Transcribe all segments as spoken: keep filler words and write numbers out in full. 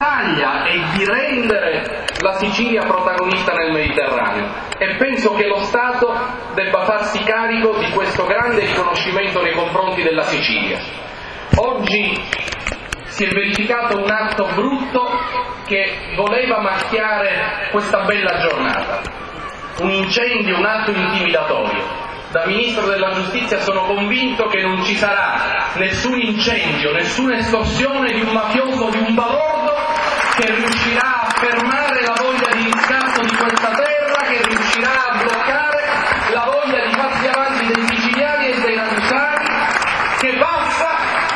battaglia è di rendere la Sicilia protagonista nel Mediterraneo, e penso che lo Stato debba farsi carico di questo grande riconoscimento nei confronti della Sicilia. Oggi si è verificato un atto brutto che voleva macchiare questa bella giornata, un incendio, un atto intimidatorio. Da Ministro della Giustizia sono convinto che non ci sarà nessun incendio, nessuna estorsione di un mafioso o di un balordo che riuscirà a fermare la voglia di riscatto di questa terra, che riuscirà a bloccare la voglia di farsi avanti dei siciliani e dei ragusani, che passa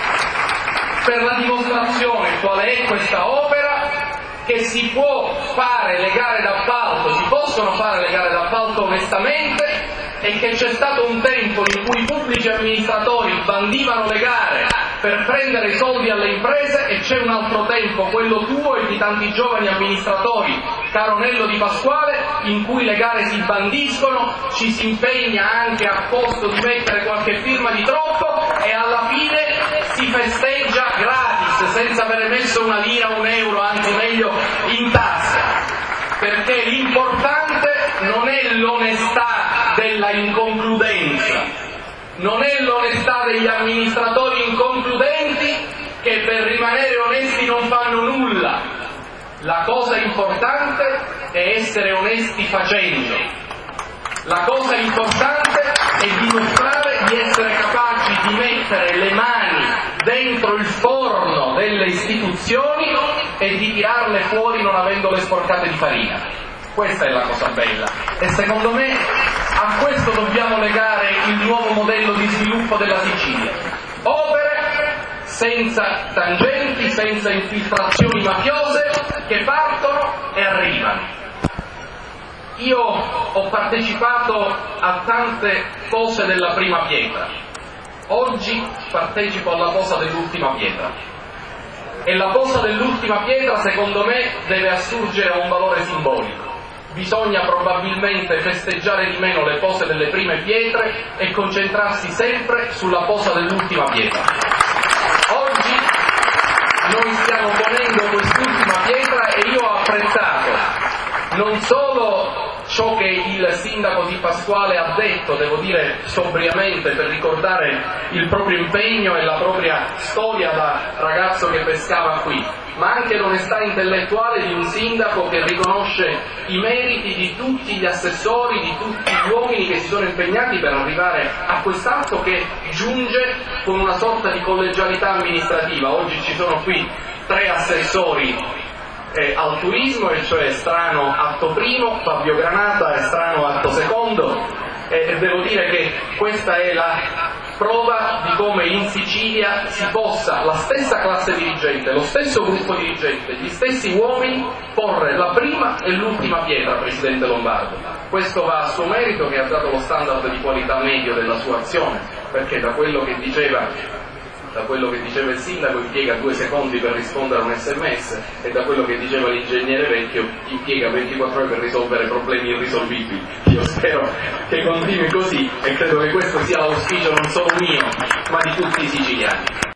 per la dimostrazione quale è questa opera, che si può fare le gare d'appalto, si possono fare le gare d'appalto onestamente, e che c'è stato un tempo in cui i pubblici amministratori bandivano le gare per prendere i soldi alle imprese, e c'è un altro tempo, quello tuo e di tanti giovani amministratori, caro Nello Di Pasquale, in cui le gare si bandiscono, ci si impegna anche a costo di mettere qualche firma di troppo e alla fine si festeggia gratis, senza aver messo una lira, un euro, anzi meglio in tasca, perché l'importante non è l'onestà della inconcludenza, non è l'onestà degli amministratori inconcludenti che per rimanere onesti non fanno nulla. La cosa importante è essere onesti facendo. La cosa importante è dimostrare di essere capaci di mettere le mani dentro il forno delle istituzioni e di tirarle fuori non avendole sporcate di farina. Questa è la cosa bella, e secondo me a questo dobbiamo legare il nuovo modello di sviluppo della Sicilia. Opere senza tangenti, senza infiltrazioni mafiose, che partono e arrivano. Io ho partecipato a tante pose della prima pietra, oggi partecipo alla posa dell'ultima pietra, e la posa dell'ultima pietra secondo me deve assurgere a un valore simbolico. Bisogna probabilmente festeggiare di meno le pose delle prime pietre e concentrarsi sempre sulla posa dell'ultima pietra. Oggi noi stiamo ponendo quest'ultima pietra e io ho apprezzato non solo ciò che il sindaco Di Pasquale ha detto, devo dire sobriamente, per ricordare il proprio impegno e la propria storia da ragazzo che pescava qui, ma anche l'onestà intellettuale di un sindaco che riconosce i meriti di tutti gli assessori, di tutti gli uomini che si sono impegnati per arrivare a quest'atto che giunge con una sorta di collegialità amministrativa. Oggi ci sono qui tre assessori Eh, al turismo, e cioè Strano atto primo, Fabio Granata e Strano atto secondo, e eh, devo dire che questa è la prova di come in Sicilia si possa, la stessa classe dirigente, lo stesso gruppo dirigente, gli stessi uomini, porre la prima e l'ultima pietra, Presidente Lombardo. Questo va a suo merito, che ha dato lo standard di qualità medio della sua azione, perché da quello che diceva da quello che diceva il sindaco impiega due secondi per rispondere a un sms, e da quello che diceva l'ingegnere Vecchio impiega ventiquattro ore per risolvere problemi irrisolvibili. Io spero che continui così, e credo che questo sia l'auspicio non solo mio ma di tutti i siciliani.